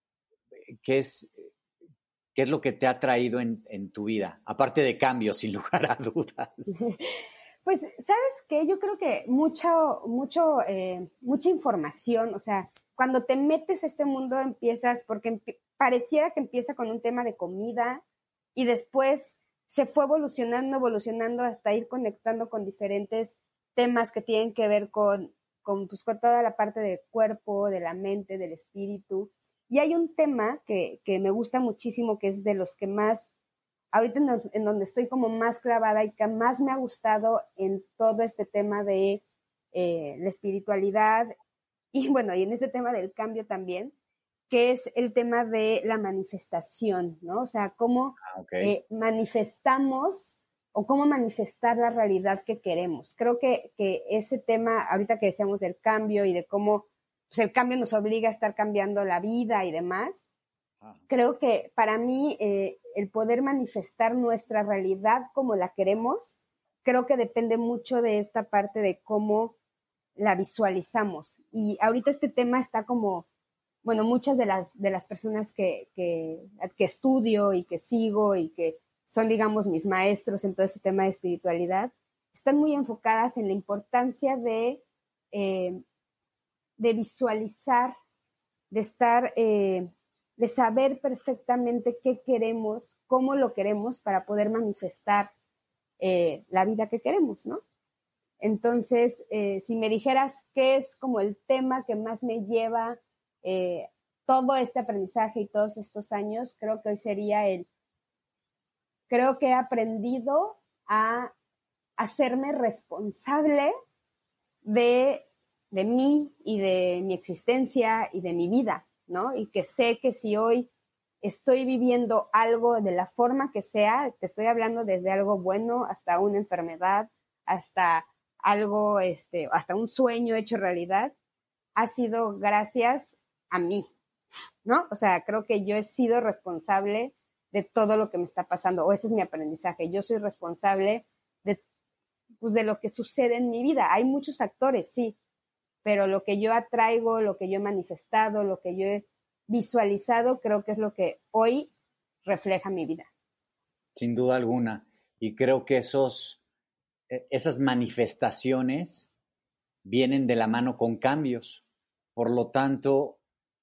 ¿qué es, qué es lo que te ha traído en, en tu vida? Aparte de cambios, sin lugar a dudas. Pues, ¿sabes qué? Yo creo que mucho, mucho, eh, mucha información, o sea, cuando te metes a este mundo empiezas, porque empi- pareciera que empieza con un tema de comida y después se fue evolucionando, evolucionando hasta ir conectando con diferentes temas que tienen que ver con, con, pues, con toda la parte del cuerpo, de la mente, del espíritu. Y hay un tema que, que me gusta muchísimo, que es de los que más, ahorita en, los, en donde estoy como más clavada y que más me ha gustado en todo este tema de eh, la espiritualidad y bueno, y en este tema del cambio también, que es el tema de la manifestación, ¿no? O sea, cómo ah, okay. eh, manifestamos o cómo manifestar la realidad que queremos. Creo que, que ese tema, ahorita que decíamos del cambio y de cómo pues, el cambio nos obliga a estar cambiando la vida y demás, ah. creo que para mí eh, el poder manifestar nuestra realidad como la queremos, creo que depende mucho de esta parte de cómo la visualizamos. Y ahorita este tema está como, bueno, muchas de las, de las personas que, que, que estudio y que sigo y que son, digamos, mis maestros en todo este tema de espiritualidad, están muy enfocadas en la importancia de, eh, de visualizar, de estar, eh, de saber perfectamente qué queremos, cómo lo queremos para poder manifestar eh, la vida que queremos, ¿no? Entonces, eh, si me dijeras qué es como el tema que más me lleva eh, todo este aprendizaje y todos estos años, creo que hoy sería el, creo que he aprendido a hacerme responsable de, de mí y de mi existencia y de mi vida, ¿no? Y que sé que si hoy estoy viviendo algo de la forma que sea, te estoy hablando desde algo bueno hasta una enfermedad, hasta algo, este, hasta un sueño hecho realidad, ha sido gracias a mí, ¿no? O sea, creo que yo he sido responsable de todo lo que me está pasando, o ese es mi aprendizaje, yo soy responsable de, pues, de lo que sucede en mi vida. Hay muchos factores, sí, pero lo que yo atraigo, lo que yo he manifestado, lo que yo he visualizado, creo que es lo que hoy refleja mi vida. Sin duda alguna. Y creo que esos, esas manifestaciones vienen de la mano con cambios. Por lo tanto,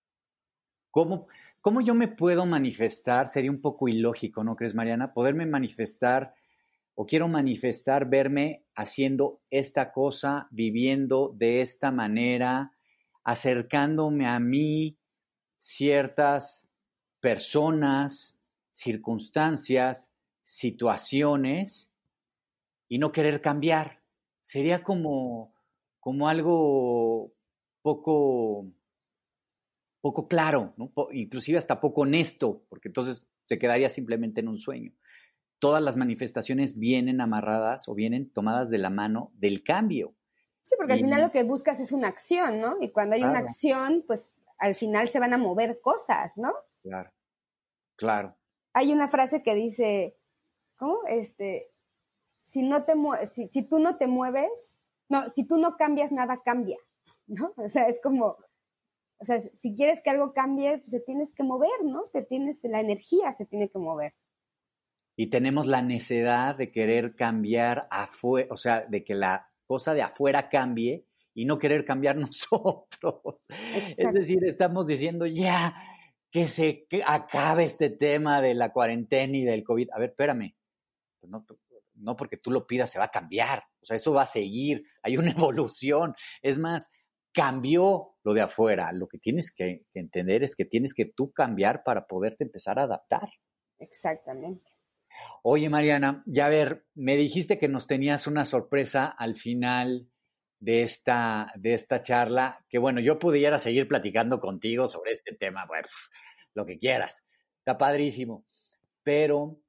¿cómo, cómo yo me puedo manifestar? Sería un poco ilógico, ¿no crees, Mariana? Poderme manifestar o quiero manifestar, verme haciendo esta cosa, viviendo de esta manera, acercándome a mí ciertas personas, circunstancias, situaciones y no querer cambiar. Sería como, como algo poco, poco claro, ¿no? Inclusive hasta poco honesto, porque entonces se quedaría simplemente en un sueño. Todas las manifestaciones vienen amarradas o vienen tomadas de la mano del cambio. Sí, porque y, al final lo que buscas es una acción, ¿no? Y cuando hay claro. una acción, pues al final se van a mover cosas, ¿no? Claro, claro. Hay una frase que dice, ¿cómo? Este, si no te si, si tú no te mueves, no, si tú no cambias, nada cambia, ¿no? O sea, es como, o sea, si quieres que algo cambie, pues te tienes que mover, ¿no? Te tienes, la energía se tiene que mover. Y tenemos la necesidad de querer cambiar afuera, o sea, de que la cosa de afuera cambie y no querer cambiar nosotros. Exacto. Es decir, estamos diciendo ya que se que acabe este tema de la cuarentena y del COVID. A ver, espérame. Pues no, no porque tú lo pidas se va a cambiar. O sea, eso va a seguir. Hay una evolución. Es más, cambió lo de afuera. Lo que tienes que, que entender es que tienes que tú cambiar para poderte empezar a adaptar. Exactamente. Oye, Mariana, ya a ver, me dijiste que nos tenías una sorpresa al final de esta, de esta charla, que bueno, yo pudiera seguir platicando contigo sobre este tema, bueno, lo que quieras, está padrísimo, pero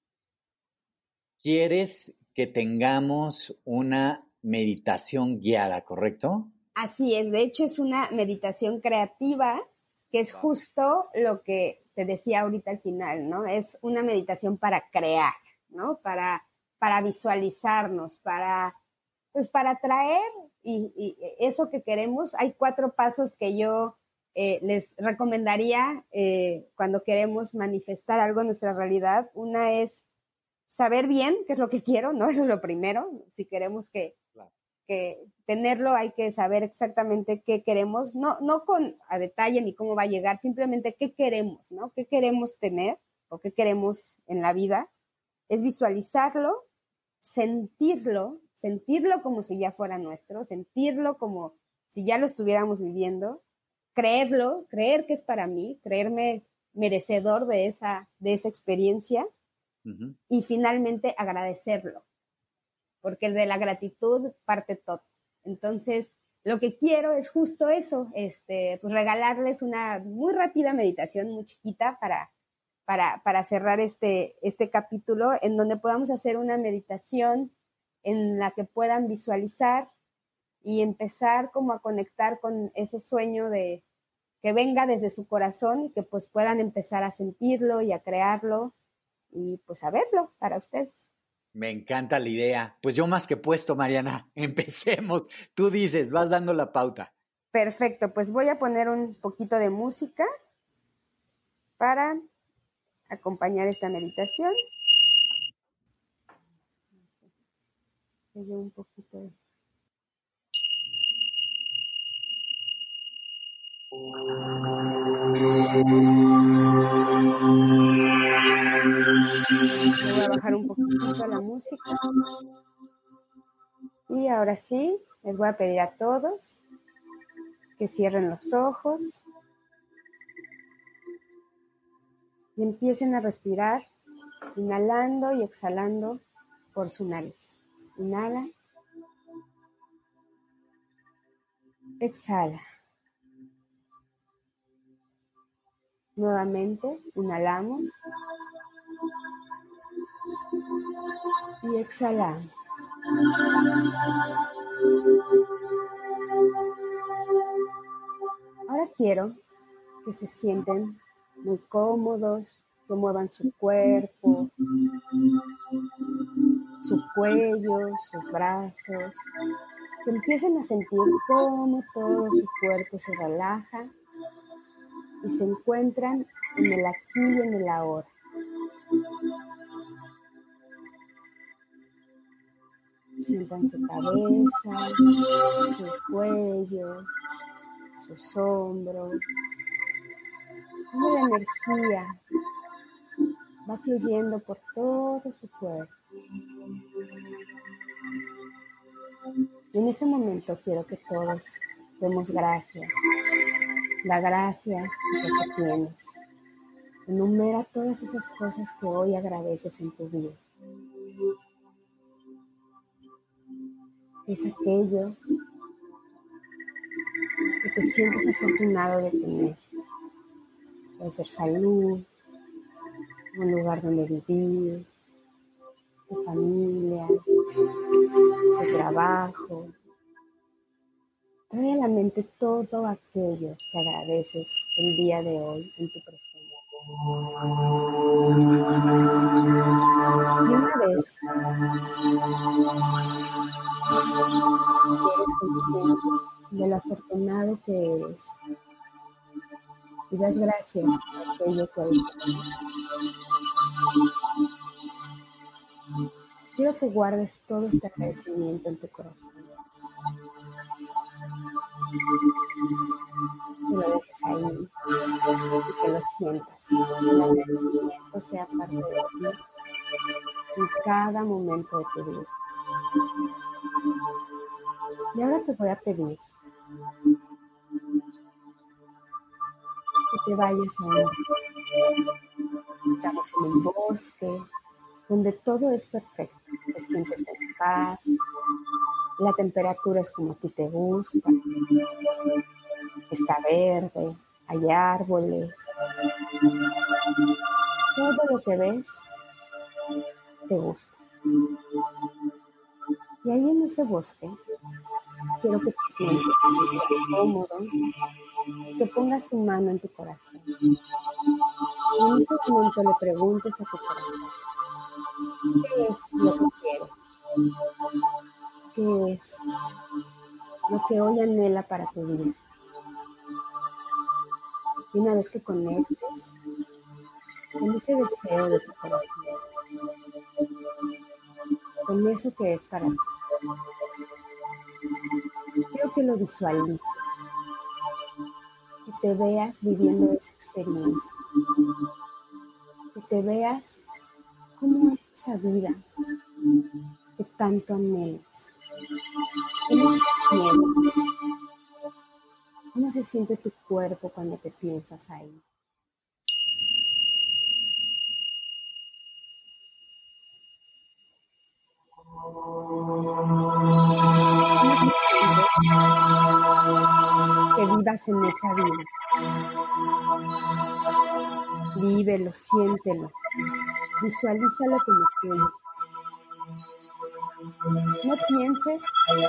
¿quieres que tengamos una meditación guiada, correcto? Así es, de hecho es una meditación creativa, que es justo lo que te decía ahorita al final, ¿no? Es una meditación para crear, ¿no? Para, para visualizarnos, para, pues para traer y, y eso que queremos. Hay cuatro pasos que yo eh, les recomendaría eh, cuando queremos manifestar algo en nuestra realidad. Una es saber bien qué es lo que quiero, ¿no? Eso es lo primero. Si queremos que, claro. que tenerlo, hay que saber exactamente qué queremos, no, no con a detalle ni cómo va a llegar, simplemente qué queremos, ¿no? ¿Qué queremos tener o qué queremos en la vida? Es visualizarlo, sentirlo, sentirlo como si ya fuera nuestro, sentirlo como si ya lo estuviéramos viviendo, creerlo, creer que es para mí, creerme merecedor de esa, de esa experiencia uh-huh. y finalmente agradecerlo, porque de la gratitud parte todo. Entonces, lo que quiero es justo eso, este, pues regalarles una muy rápida meditación, muy chiquita, para, para, para cerrar este, este capítulo, en donde podamos hacer una meditación en la que puedan visualizar y empezar como a conectar con ese sueño de que venga desde su corazón y que pues puedan empezar a sentirlo y a crearlo y pues a verlo para ustedes. Me encanta la idea. Pues yo más que puesto, Mariana. Empecemos. Tú dices, vas dando la pauta. Perfecto, pues voy a poner un poquito de música para acompañar esta meditación. Un poquito de... Voy a bajar un poquito la música. Y ahora sí, les voy a pedir a todos que cierren los ojos y empiecen a respirar, inhalando y exhalando por su nariz. Inhala. Exhala. Nuevamente, inhalamos y exhalamos. Ahora quiero que se sienten muy cómodos, que muevan su cuerpo, su cuello, sus brazos, que empiecen a sentir cómo todo su cuerpo se relaja y se encuentran en el aquí y en el ahora. Sientan su cabeza, su cuello, sus hombros. Cómo la energía va fluyendo por todo su cuerpo. Y en este momento quiero que todos demos gracias. Da gracias por lo que tienes. Enumera todas esas cosas que hoy agradeces en tu vida. Es aquello que te sientes afortunado de tener. Puede ser salud, un lugar donde vivir, tu familia, tu trabajo. Trae a la mente todo aquello que agradeces el día de hoy en tu presente. Y una vez que eres consciente de lo afortunado que eres y das gracias por aquello que hoy tienes, quiero que guardes todo este agradecimiento en tu corazón. Que lo dejes ahí y que lo sientas. Que el agradecimiento sea parte de ti en cada momento de tu vida. Y ahora te voy a pedir que te vayas a un bosque. Estamos en un bosque donde todo es perfecto. Te sientes en paz, la temperatura es como a ti te gusta, está verde, hay árboles. Todo lo que ves te gusta. Y ahí en ese bosque quiero que te sientes cómodo, que pongas tu mano en tu corazón. Y en ese momento le preguntes a tu corazón, ¿qué es lo que quiero? ¿Qué es lo que hoy anhela para tu vida? Y una vez que conectes con ese deseo de tu corazón, con eso que es para ti, quiero que lo visualices, que te veas viviendo esa experiencia, que te veas cómo es esa vida que tanto anhelas, cómo se siente, cómo se siente tu cuerpo cuando te piensas ahí. Que vivas en esa vida. Vívelo, siéntelo, visualízalo como tuyo. No pienses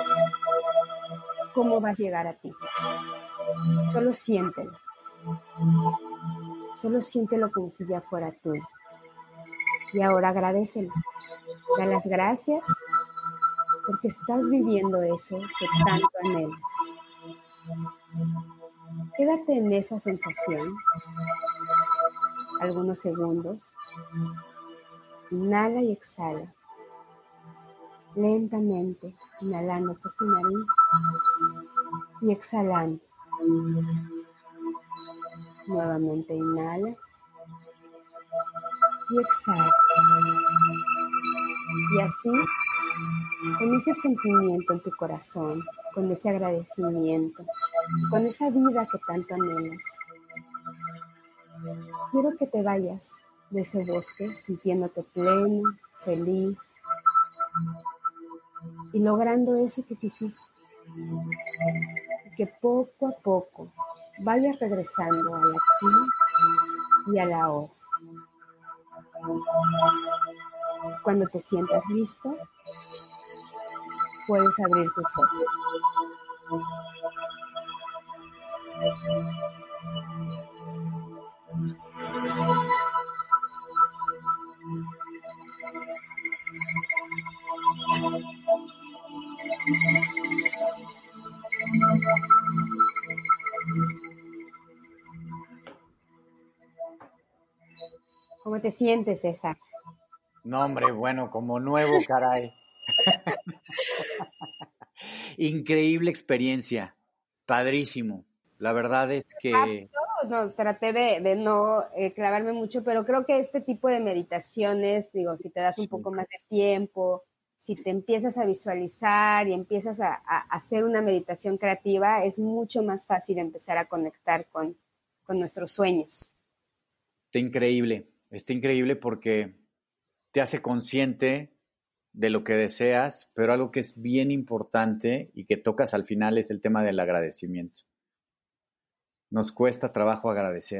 cómo va a llegar a ti. Solo siéntelo. Solo siéntelo como si ya fuera tuyo. Y ahora agradécelo. Da las gracias porque estás viviendo eso que tanto anhelas. Quédate en esa sensación algunos segundos. Inhala y exhala. Lentamente, inhalando por tu nariz y exhalando. Nuevamente inhala y exhala. Y así, con ese sentimiento en tu corazón, con ese agradecimiento, con esa vida que tanto anhelas, quiero que te vayas de ese bosque sintiéndote pleno, feliz y logrando eso que quisiste. Y que poco a poco vayas regresando al aquí y a la ahora. Cuando te sientas listo, puedes abrir tus ojos. ¿Cómo te sientes, César? No, hombre, bueno, como nuevo, caray. Increíble experiencia, padrísimo. La verdad es que... No, traté de, de no eh, clavarme mucho, pero creo que este tipo de meditaciones, digo, si te das un sí. poco más de tiempo, si te empiezas a visualizar y empiezas a, a hacer una meditación creativa, es mucho más fácil empezar a conectar con, con nuestros sueños. Está increíble, está increíble porque te hace consciente de lo que deseas, pero algo que es bien importante y que tocas al final es el tema del agradecimiento. Nos cuesta trabajo agradecer.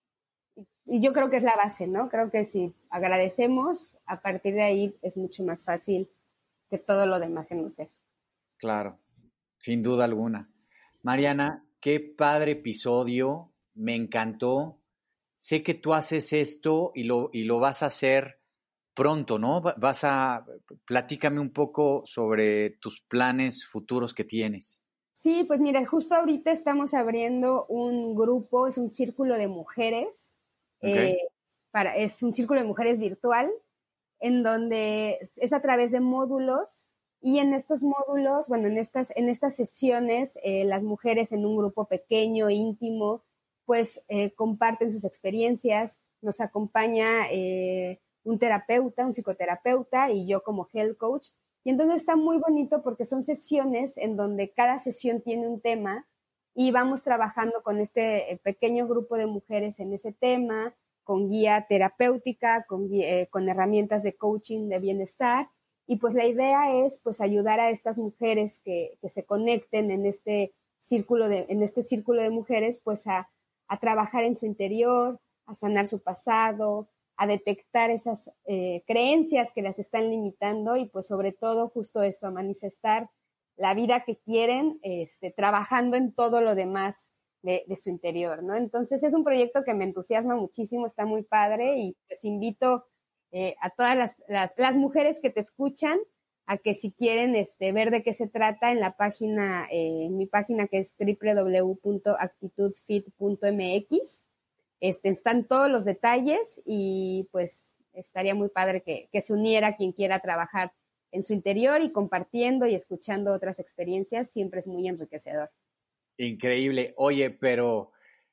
Y yo creo que es la base, ¿no? Creo que si agradecemos, a partir de ahí es mucho más fácil que todo lo demás que nos dé. Claro, sin duda alguna. Mariana, qué padre episodio, me encantó. Sé que tú haces esto y lo, y lo vas a hacer pronto, ¿no? Vas a, platícame un poco sobre tus planes futuros que tienes. Sí, pues mira, justo ahorita estamos abriendo un grupo, es un círculo de mujeres, okay. eh, para, es un círculo de mujeres virtual, en donde es a través de módulos, y en estos módulos, bueno, en estas, en estas sesiones, eh, las mujeres en un grupo pequeño, íntimo, pues eh, comparten sus experiencias, nos acompaña eh, un terapeuta, un psicoterapeuta, y yo como health coach. Y entonces está muy bonito porque son sesiones en donde cada sesión tiene un tema y vamos trabajando con este pequeño grupo de mujeres en ese tema, con guía terapéutica, con, guía, eh, con herramientas de coaching de bienestar. Y pues la idea es pues ayudar a estas mujeres que, que se conecten en este círculo de, en este círculo de mujeres pues a, a trabajar en su interior, a sanar su pasado, a detectar esas eh, creencias que las están limitando y pues sobre todo justo esto, a manifestar la vida que quieren, este, trabajando en todo lo demás de, de su interior, ¿no? Entonces es un proyecto que me entusiasma muchísimo, está muy padre y pues invito eh, a todas las, las, las mujeres que te escuchan a que si quieren este, ver de qué se trata en la página, eh, en mi página que es doble u doble u doble u punto actitud fit punto m x. Este, están todos los detalles y pues estaría muy padre que, que se uniera quien quiera trabajar en su interior y compartiendo y escuchando otras experiencias, siempre es muy enriquecedor. Increíble. Oye, pero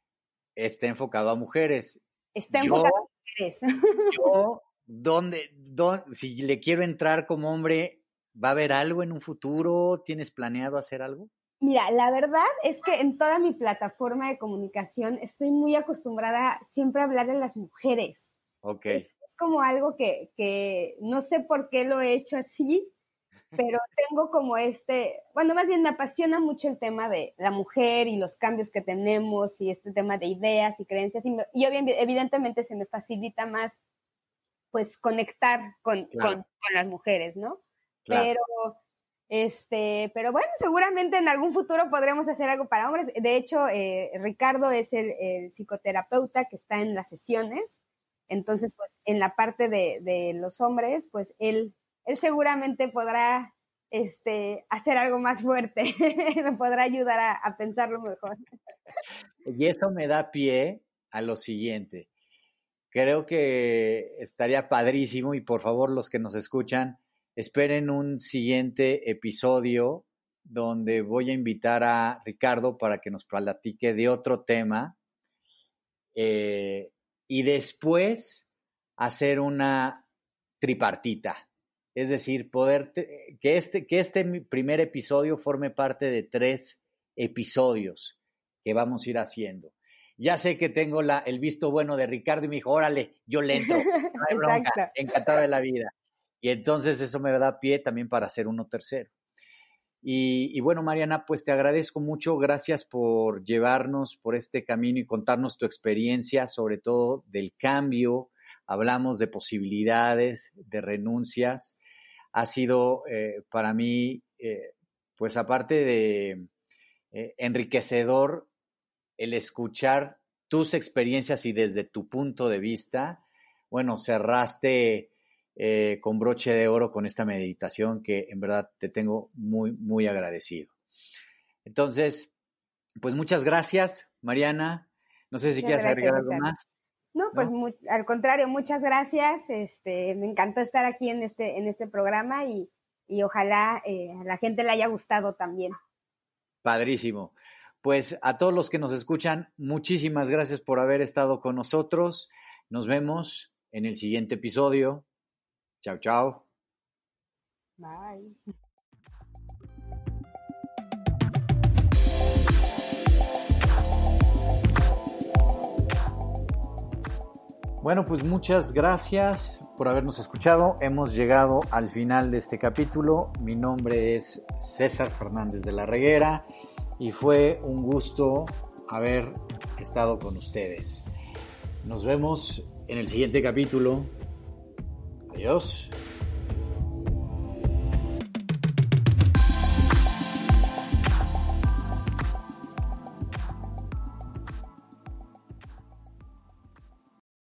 está enfocado a mujeres. Está enfocado yo, a mujeres. Yo, ¿dónde, dónde, si le quiero entrar como hombre, ¿va a haber algo en un futuro? ¿Tienes planeado hacer algo? Mira, la verdad es que en toda mi plataforma de comunicación estoy muy acostumbrada siempre a hablar de las mujeres. Ok. Es, es como algo que, que no sé por qué lo he hecho así, pero tengo como este, bueno, más bien me apasiona mucho el tema de la mujer y los cambios que tenemos y este tema de ideas y creencias y, me, y evidentemente se me facilita más pues conectar con, claro. con, con las mujeres, ¿no? Claro. Pero... Este, pero bueno, seguramente en algún futuro podremos hacer algo para hombres. De hecho, eh, Ricardo es el, el psicoterapeuta que está en las sesiones. Entonces, pues, en la parte de, de los hombres, pues, él, él seguramente podrá, este, hacer algo más fuerte. Me podrá ayudar a, a pensarlo mejor. Y esto me da pie a lo siguiente. Creo que estaría padrísimo y por favor, los que nos escuchan, esperen un siguiente episodio donde voy a invitar a Ricardo para que nos platique de otro tema eh, y después hacer una tripartita. Es decir, poder te, que, este, que este primer episodio forme parte de tres episodios que vamos a ir haciendo. ya sé que tengo la, el visto bueno de Ricardo y me dijo, órale, yo le entro, no hay bronca, encantado de la vida. Y entonces eso me da pie también para hacer uno tercero. Y, y bueno, Mariana, pues te agradezco mucho, gracias por llevarnos por este camino y contarnos tu experiencia, sobre todo del cambio. Hablamos de posibilidades, de renuncias. Ha sido eh, para mí, eh, pues aparte de eh, enriquecedor, el escuchar tus experiencias y desde tu punto de vista, bueno, cerraste eh, con broche de oro con esta meditación que en verdad te tengo muy, muy agradecido. Entonces, pues muchas gracias, Mariana. No sé si muchas quieres gracias, agregar algo César. más. No, pues ¿no? Muy, al contrario, muchas gracias. Este, me encantó estar aquí en este, en este programa y, y ojalá eh, a la gente le haya gustado también. Padrísimo. Pues a todos los que nos escuchan, muchísimas gracias por haber estado con nosotros. Nos vemos en el siguiente episodio. Chao, chao. Bye. Bueno, pues muchas gracias por habernos escuchado. Hemos llegado al final de este capítulo. Mi nombre es César Fernández de la Reguera y fue un gusto haber estado con ustedes. Nos vemos en el siguiente capítulo. Adiós.